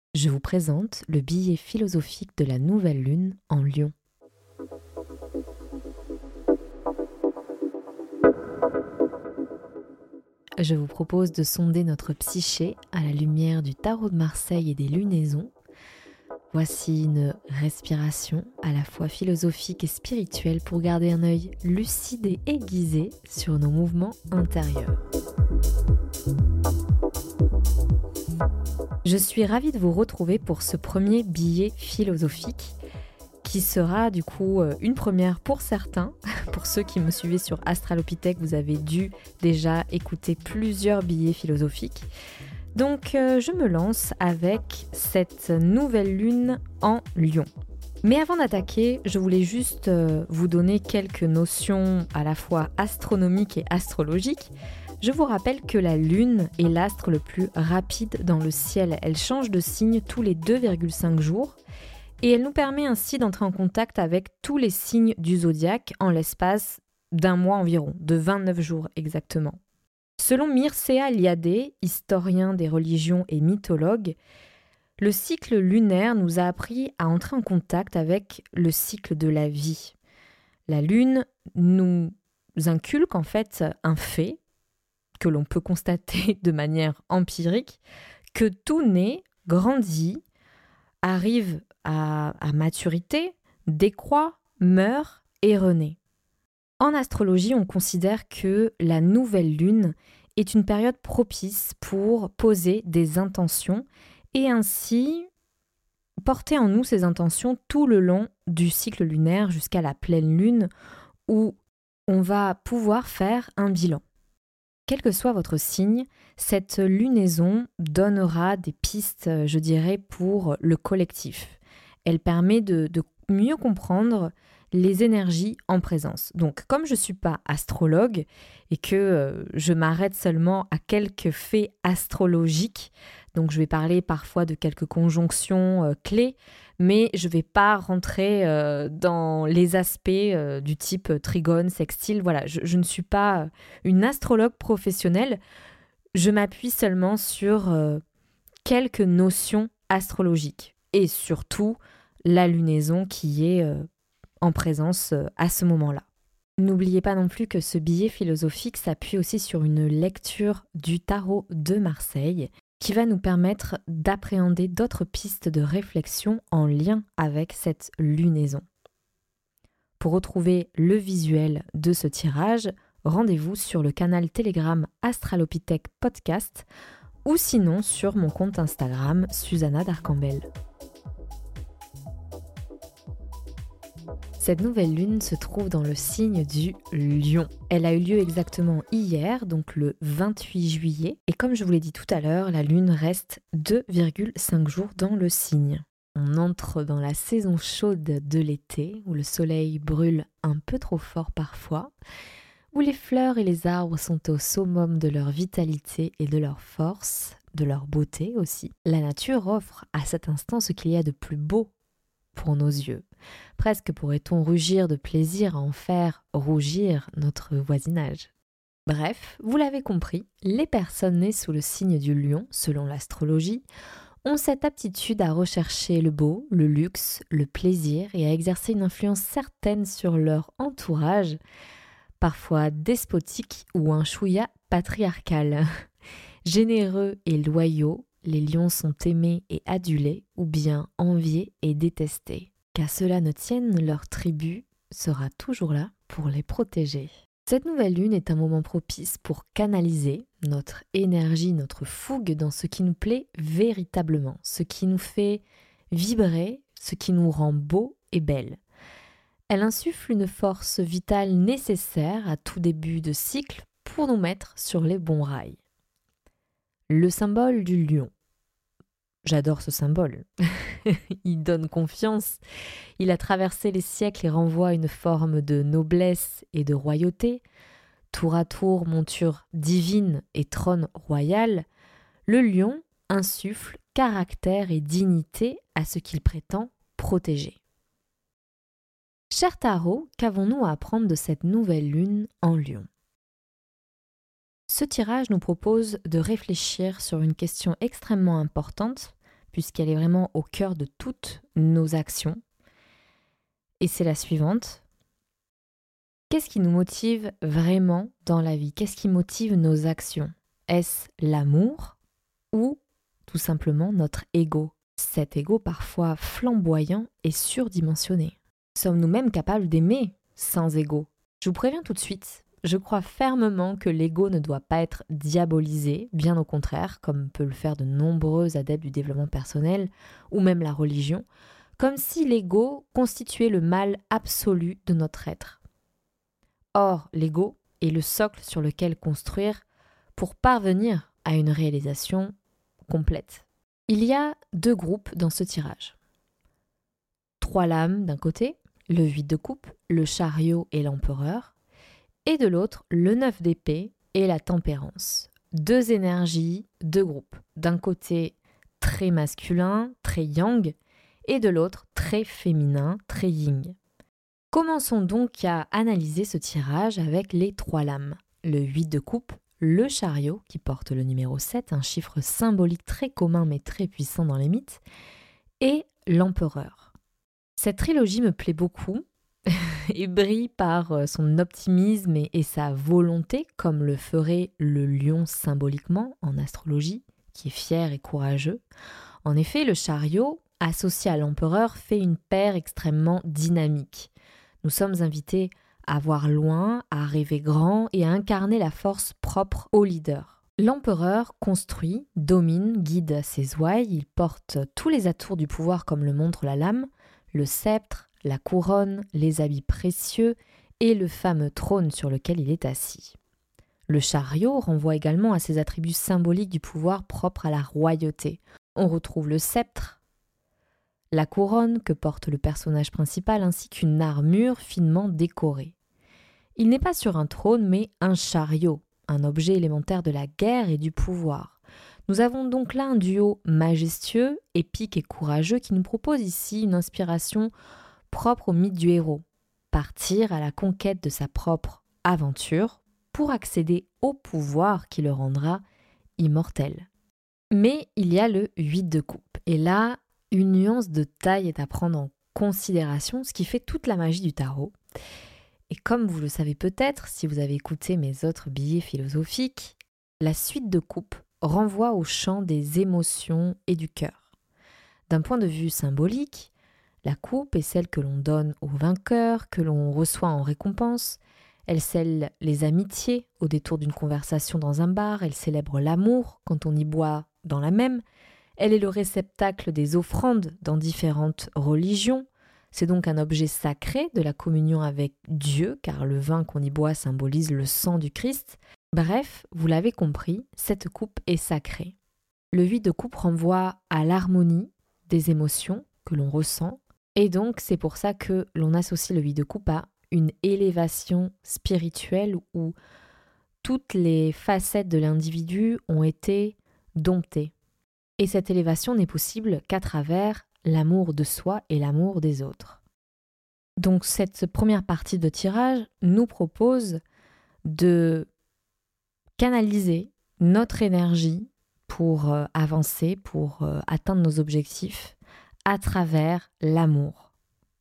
Je vous présente le billet philosophique de la nouvelle lune en Lion. Je vous propose de sonder notre psyché à la lumière du tarot de Marseille et des lunaisons. Voici une respiration à la fois philosophique et spirituelle pour garder un œil lucide et aiguisé sur nos mouvements intérieurs. Je suis ravie de vous retrouver pour ce premier billet philosophique qui sera du coup une première pour certains. Pour ceux qui me suivez sur Astralopithèque, vous avez dû déjà écouter plusieurs billets philosophiques. Donc je me lance avec cette nouvelle lune en Lion. Mais avant d'attaquer, je voulais juste vous donner quelques notions à la fois astronomiques et astrologiques. Je vous rappelle que la Lune est l'astre le plus rapide dans le ciel. Elle change de signe tous les 2,5 jours et elle nous permet ainsi d'entrer en contact avec tous les signes du zodiaque en l'espace d'un mois environ, de 29 jours exactement. Selon Mircea Eliade, historien des religions et mythologue, le cycle lunaire nous a appris à entrer en contact avec le cycle de la vie. La Lune nous inculque en fait un fait que l'on peut constater de manière empirique, que tout naît, grandit, arrive à maturité, décroît, meurt et renaît. En astrologie, on considère que la nouvelle lune est une période propice pour poser des intentions et ainsi porter en nous ces intentions tout le long du cycle lunaire jusqu'à la pleine lune où on va pouvoir faire un bilan. Quel que soit votre signe, cette lunaison donnera des pistes, je dirais, pour le collectif. Elle permet de mieux comprendre les énergies en présence. Donc, comme je ne suis pas astrologue et que je m'arrête seulement à quelques faits astrologiques, donc je vais parler parfois de quelques conjonctions clés, mais je ne vais pas rentrer dans les aspects du type trigone, sextile. Voilà, je ne suis pas une astrologue professionnelle. Je m'appuie seulement sur quelques notions astrologiques et surtout la lunaison qui est en présence à ce moment-là. N'oubliez pas non plus que ce billet philosophique s'appuie aussi sur une lecture du tarot de Marseille qui va nous permettre d'appréhender d'autres pistes de réflexion en lien avec cette lunaison. Pour retrouver le visuel de ce tirage, rendez-vous sur le canal Telegram Astralopithèque Podcast ou sinon sur mon compte Instagram Susanna Darcambel. Cette nouvelle lune se trouve dans le signe du Lion. Elle a eu lieu exactement hier, donc le 28 juillet. Et comme je vous l'ai dit tout à l'heure, la lune reste 2,5 jours dans le signe. On entre dans la saison chaude de l'été, où le soleil brûle un peu trop fort parfois, où les fleurs et les arbres sont au summum de leur vitalité et de leur force, de leur beauté aussi. La nature offre à cet instant ce qu'il y a de plus beau pour nos yeux. Presque pourrait-on rugir de plaisir à en faire rougir notre voisinage. Bref, vous l'avez compris, les personnes nées sous le signe du lion, selon l'astrologie, ont cette aptitude à rechercher le beau, le luxe, le plaisir et à exercer une influence certaine sur leur entourage, parfois despotique ou un chouïa patriarcal. Généreux et loyaux, les lions sont aimés et adulés ou bien enviés et détestés. Qu'à cela ne tienne, leur tribu sera toujours là pour les protéger. Cette nouvelle lune est un moment propice pour canaliser notre énergie, notre fougue dans ce qui nous plaît véritablement, ce qui nous fait vibrer, ce qui nous rend beau et belle. Elle insuffle une force vitale nécessaire à tout début de cycle pour nous mettre sur les bons rails. Le symbole du lion. J'adore ce symbole. Il donne confiance. Il a traversé les siècles et renvoie à une forme de noblesse et de royauté. Tour à tour, monture divine et trône royal, le lion insuffle caractère et dignité à ce qu'il prétend protéger. Cher tarot, qu'avons-nous à apprendre de cette nouvelle lune en Lion ? Ce tirage nous propose de réfléchir sur une question extrêmement importante puisqu'elle est vraiment au cœur de toutes nos actions. Et c'est la suivante. Qu'est-ce qui nous motive vraiment dans la vie? Qu'est-ce qui motive nos actions? Est-ce l'amour ou tout simplement notre ego? Cet ego parfois flamboyant et surdimensionné. Sommes-nous même capables d'aimer sans ego? Je vous préviens tout de suite, je crois fermement que l'ego ne doit pas être diabolisé, bien au contraire, comme peut le faire de nombreux adeptes du développement personnel ou même la religion, comme si l'ego constituait le mal absolu de notre être. Or, l'ego est le socle sur lequel construire pour parvenir à une réalisation complète. Il y a 2 groupes dans ce tirage. 3 lames d'un côté, le 8 de coupe, le chariot et l'empereur, et de l'autre, le 9 d'épée et la tempérance. 2 énergies, 2 groupes. D'un côté, très masculin, très yang, et de l'autre, très féminin, très yin. Commençons donc à analyser ce tirage avec les 3 lames. Le 8 de coupe, le chariot, qui porte le numéro 7, un chiffre symbolique très commun mais très puissant dans les mythes, et l'empereur. Cette trilogie me plaît beaucoup et brille par son optimisme et sa volonté, comme le ferait le lion symboliquement en astrologie, qui est fier et courageux. En effet, le chariot, associé à l'empereur, fait une paire extrêmement dynamique. Nous sommes invités à voir loin, à rêver grand et à incarner la force propre au leader. L'empereur construit, domine, guide ses ouailles, il porte tous les atours du pouvoir comme le montre la lame, le sceptre, la couronne, les habits précieux et le fameux trône sur lequel il est assis. Le chariot renvoie également à ses attributs symboliques du pouvoir propre à la royauté. On retrouve le sceptre, la couronne que porte le personnage principal ainsi qu'une armure finement décorée. Il n'est pas sur un trône mais un chariot, un objet élémentaire de la guerre et du pouvoir. Nous avons donc là un duo majestueux, épique et courageux qui nous propose ici une inspiration propre au mythe du héros. Partir à la conquête de sa propre aventure pour accéder au pouvoir qui le rendra immortel. Mais il y a le 8 de coupe. Et là, une nuance de taille est à prendre en considération, ce qui fait toute la magie du tarot. Et comme vous le savez peut-être, si vous avez écouté mes autres billets philosophiques, la suite de coupe renvoie au champ des émotions et du cœur. D'un point de vue symbolique, la coupe est celle que l'on donne au vainqueur, que l'on reçoit en récompense. Elle scelle les amitiés au détour d'une conversation dans un bar. Elle célèbre l'amour quand on y boit dans la même. Elle est le réceptacle des offrandes dans différentes religions. C'est donc un objet sacré de la communion avec Dieu, car le vin qu'on y boit symbolise le sang du Christ. Bref, vous l'avez compris, cette coupe est sacrée. Le 8 de coupe renvoie à l'harmonie des émotions que l'on ressent, et donc c'est pour ça que l'on associe le 8 de coupe à une élévation spirituelle où toutes les facettes de l'individu ont été domptées. Et cette élévation n'est possible qu'à travers l'amour de soi et l'amour des autres. Donc cette première partie de tirage nous propose de canaliser notre énergie pour avancer, pour atteindre nos objectifs à travers l'amour.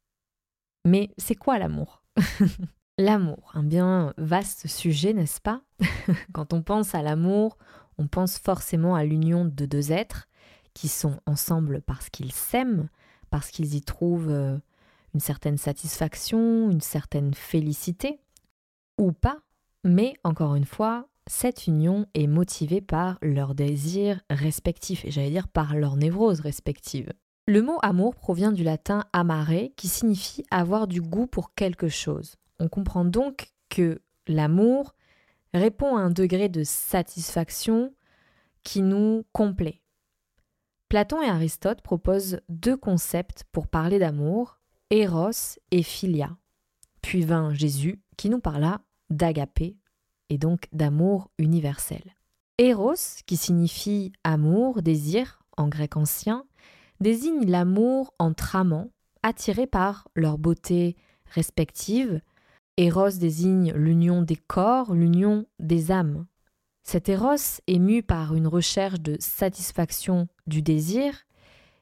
Mais c'est quoi l'amour? L'amour, un bien vaste sujet, n'est-ce pas? Quand on pense à l'amour, on pense forcément à l'union de 2 êtres qui sont ensemble parce qu'ils s'aiment, parce qu'ils y trouvent une certaine satisfaction, une certaine félicité, ou pas, mais encore une fois, cette union est motivée par leurs désirs respectifs, et j'allais dire par leurs névroses respectives. Le mot amour provient du latin amare, qui signifie avoir du goût pour quelque chose. On comprend donc que l'amour répond à un degré de satisfaction qui nous complaît. Platon et Aristote proposent 2 concepts pour parler d'amour, Eros et Philia. Puis vint Jésus qui nous parla d'agapé et donc d'amour universel. Eros, qui signifie amour, désir en grec ancien, désigne l'amour entre amants attirés par leur beauté respective. Eros désigne l'union des corps, l'union des âmes. Cet éros est mu par une recherche de satisfaction du désir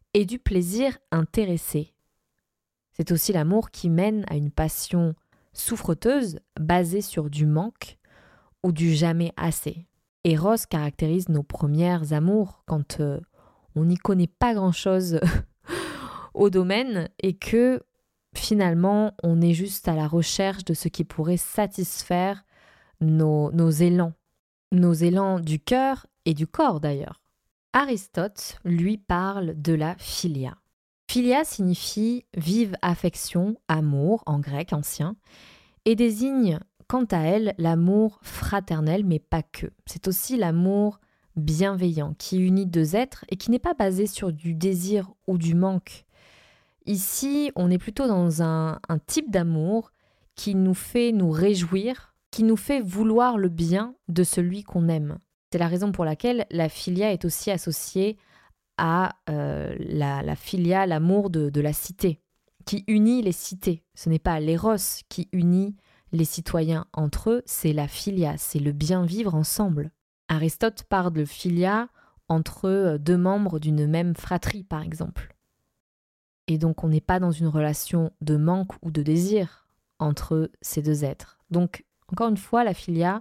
et du plaisir intéressé. C'est aussi l'amour qui mène à une passion souffreteuse basée sur du manque ou du jamais assez. Eros caractérise nos premières amours quand on n'y connaît pas grand-chose au domaine et que finalement on est juste à la recherche de ce qui pourrait satisfaire nos élans du cœur et du corps d'ailleurs. Aristote, lui, parle de la philia. Philia signifie vive affection, amour en grec ancien, et désigne quant à elle l'amour fraternel, mais pas que. C'est aussi l'amour bienveillant qui unit deux êtres et qui n'est pas basé sur du désir ou du manque. Ici, on est plutôt dans un type d'amour qui nous fait nous réjouir, qui nous fait vouloir le bien de celui qu'on aime. C'est la raison pour laquelle la philia est aussi associée à la philia, l'amour de la cité, qui unit les cités. Ce n'est pas l'éros qui unit les citoyens entre eux, c'est la philia, c'est le bien vivre ensemble. Aristote parle de philia entre deux membres d'une même fratrie, par exemple. Et donc, on n'est pas dans une relation de manque ou de désir entre ces deux êtres. Donc, encore une fois, la philia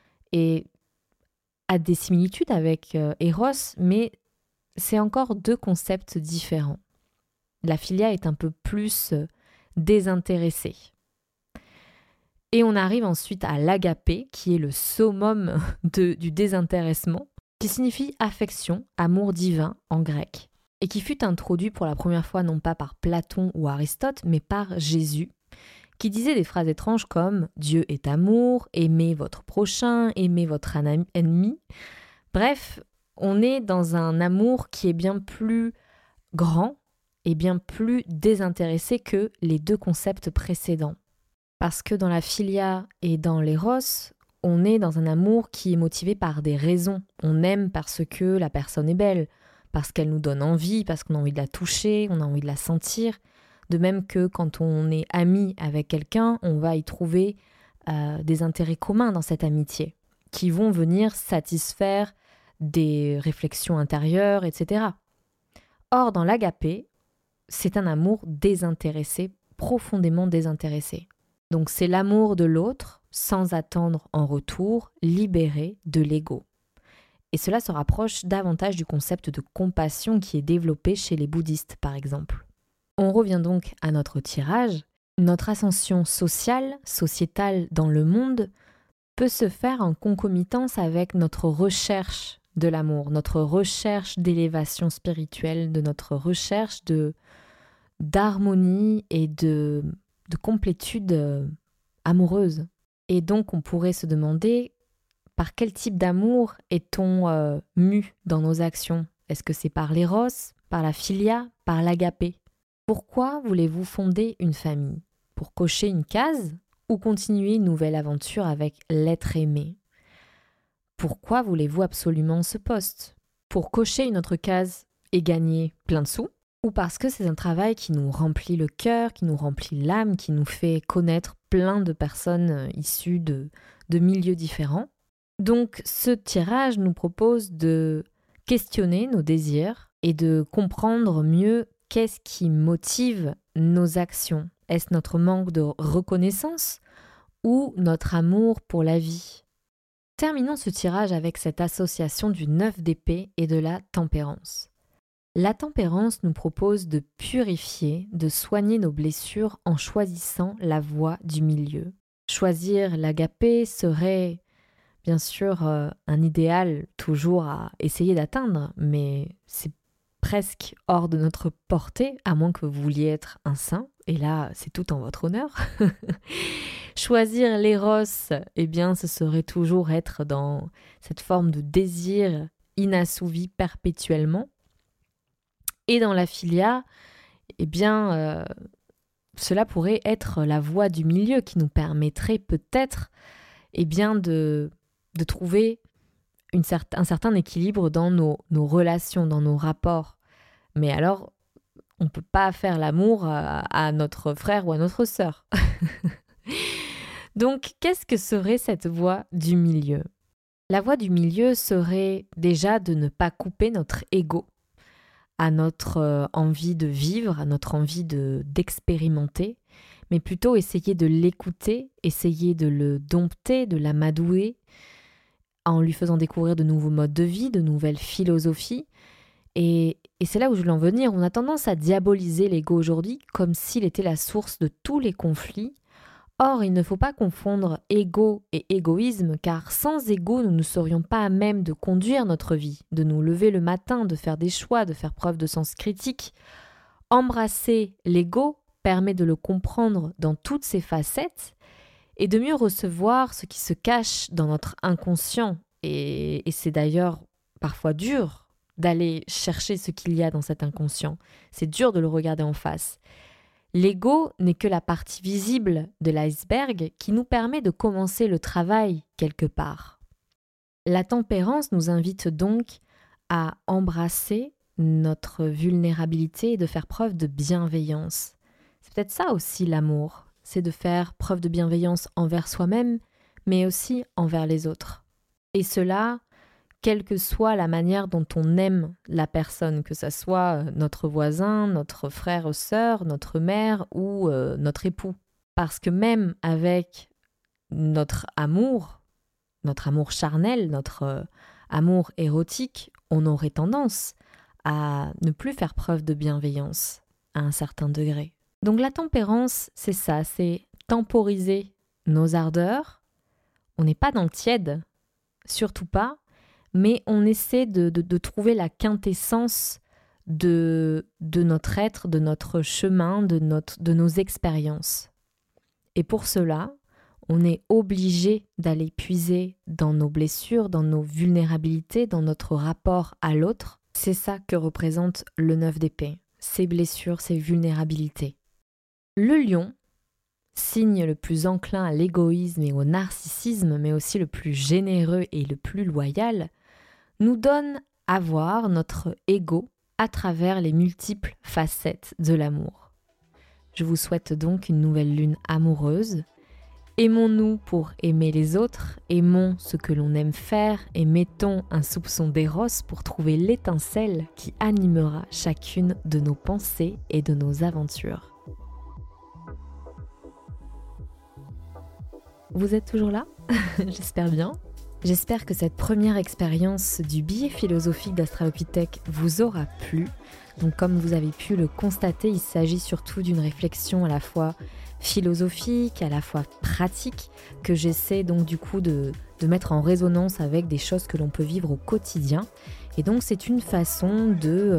a des similitudes avec Eros, mais c'est encore deux concepts différents. La philia est un peu plus désintéressée. Et on arrive ensuite à l'agapé, qui est le summum du désintéressement, qui signifie affection, amour divin en grec, et qui fut introduit pour la première fois non pas par Platon ou Aristote, mais par Jésus, qui disait des phrases étranges comme « Dieu est amour »,« Aimez votre prochain »,« Aimez votre ennemi ». Bref, on est dans un amour qui est bien plus grand et bien plus désintéressé que les deux concepts précédents. Parce que dans la philia et dans l'éros, on est dans un amour qui est motivé par des raisons. On aime parce que la personne est belle, parce qu'elle nous donne envie, parce qu'on a envie de la toucher, on a envie de la sentir. De même que quand on est ami avec quelqu'un, on va y trouver des intérêts communs dans cette amitié, qui vont venir satisfaire des réflexions intérieures, etc. Or, dans l'agapé, c'est un amour désintéressé, profondément désintéressé. Donc c'est l'amour de l'autre, sans attendre en retour, libéré de l'ego. Et cela se rapproche davantage du concept de compassion qui est développé chez les bouddhistes, par exemple. On revient donc à notre tirage. Notre ascension sociale, sociétale dans le monde peut se faire en concomitance avec notre recherche de l'amour, notre recherche d'élévation spirituelle, de notre recherche d'harmonie et de complétude amoureuse. Et donc on pourrait se demander par quel type d'amour est-on mu dans nos actions ? Est-ce que c'est par l'éros, par la philia, par l'agapé ? Pourquoi voulez-vous fonder une famille ? Pour cocher une case ou continuer une nouvelle aventure avec l'être aimé ? Pourquoi voulez-vous absolument ce poste ? Pour cocher une autre case et gagner plein de sous ? Ou parce que c'est un travail qui nous remplit le cœur, qui nous remplit l'âme, qui nous fait connaître plein de personnes issues de milieux différents ? Donc ce tirage nous propose de questionner nos désirs et de comprendre mieux qu'est-ce qui motive nos actions. Est-ce notre manque de reconnaissance ou notre amour pour la vie ? Terminons ce tirage avec cette association du 9 d'épée et de la tempérance. La tempérance nous propose de purifier, de soigner nos blessures en choisissant la voie du milieu. Choisir l'agapé serait bien sûr un idéal toujours à essayer d'atteindre, mais c'est presque hors de notre portée, à moins que vous vouliez être un saint, et là c'est tout en votre honneur. Choisir l'éros, eh bien ce serait toujours être dans cette forme de désir inassouvi perpétuellement. Et dans la philia, eh bien cela pourrait être la voie du milieu qui nous permettrait peut-être eh bien, de trouver un certain équilibre dans nos relations, dans nos rapports. Mais alors, on ne peut pas faire l'amour à notre frère ou à notre sœur. Donc, qu'est-ce que serait cette voie du milieu ? La voie du milieu serait déjà de ne pas couper notre ego à notre envie de vivre, à notre envie d'expérimenter, mais plutôt essayer de l'écouter, essayer de le dompter, de l'amadouer, en lui faisant découvrir de nouveaux modes de vie, de nouvelles philosophies. Et c'est là où je voulais en venir. On a tendance à diaboliser l'ego aujourd'hui comme s'il était la source de tous les conflits. Or, il ne faut pas confondre ego et égoïsme, car sans ego, nous ne serions pas à même de conduire notre vie, de nous lever le matin, de faire des choix, de faire preuve de sens critique. Embrasser l'ego permet de le comprendre dans toutes ses facettes et de mieux recevoir ce qui se cache dans notre inconscient. Et c'est d'ailleurs parfois dur d'aller chercher ce qu'il y a dans cet inconscient. C'est dur de le regarder en face. L'ego n'est que la partie visible de l'iceberg qui nous permet de commencer le travail quelque part. La tempérance nous invite donc à embrasser notre vulnérabilité et de faire preuve de bienveillance. C'est peut-être ça aussi l'amour, c'est de faire preuve de bienveillance envers soi-même, mais aussi envers les autres. Et cela, quelle que soit la manière dont on aime la personne, que ce soit notre voisin, notre frère ou sœur, notre mère ou notre époux. Parce que même avec notre amour charnel, notre amour érotique, on aurait tendance à ne plus faire preuve de bienveillance à un certain degré. Donc la tempérance, c'est ça, c'est temporiser nos ardeurs. On n'est pas dans le tiède, surtout pas, mais on essaie de trouver la quintessence de notre être, de notre chemin, de nos expériences. Et pour cela, on est obligé d'aller puiser dans nos blessures, dans nos vulnérabilités, dans notre rapport à l'autre. C'est ça que représente le 9 d'épée, ces blessures, ces vulnérabilités. Le lion, signe le plus enclin à l'égoïsme et au narcissisme, mais aussi le plus généreux et le plus loyal, nous donne à voir notre ego à travers les multiples facettes de l'amour. Je vous souhaite donc une nouvelle lune amoureuse. Aimons-nous pour aimer les autres, aimons ce que l'on aime faire et mettons un soupçon d'éros pour trouver l'étincelle qui animera chacune de nos pensées et de nos aventures. Vous êtes toujours là ? J'espère bien. J'espère que cette première expérience du billet philosophique d'Astralopithèque vous aura plu. Donc comme vous avez pu le constater, il s'agit surtout d'une réflexion à la fois philosophique, à la fois pratique, que j'essaie donc du coup de mettre en résonance avec des choses que l'on peut vivre au quotidien. Et donc c'est une façon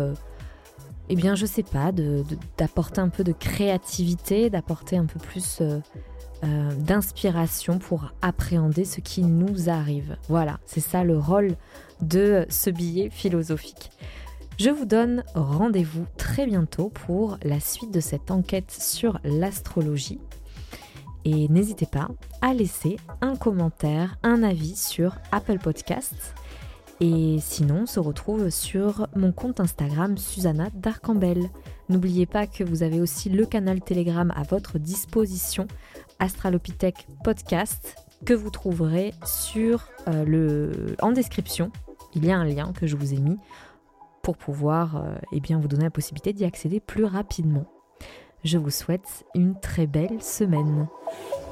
d'apporter un peu de créativité, d'apporter un peu plus d'inspiration pour appréhender ce qui nous arrive. Voilà, c'est ça le rôle de ce billet philosophique. Je vous donne rendez-vous très bientôt pour la suite de cette enquête sur l'astrologie. Et n'hésitez pas à laisser un commentaire, un avis sur Apple Podcasts. Et sinon, on se retrouve sur mon compte Instagram Susanna Darcambel. N'oubliez pas que vous avez aussi le canal Telegram à votre disposition, Astralopithèque Podcast, que vous trouverez en description. Il y a un lien que je vous ai mis pour pouvoir vous donner la possibilité d'y accéder plus rapidement. Je vous souhaite une très belle semaine.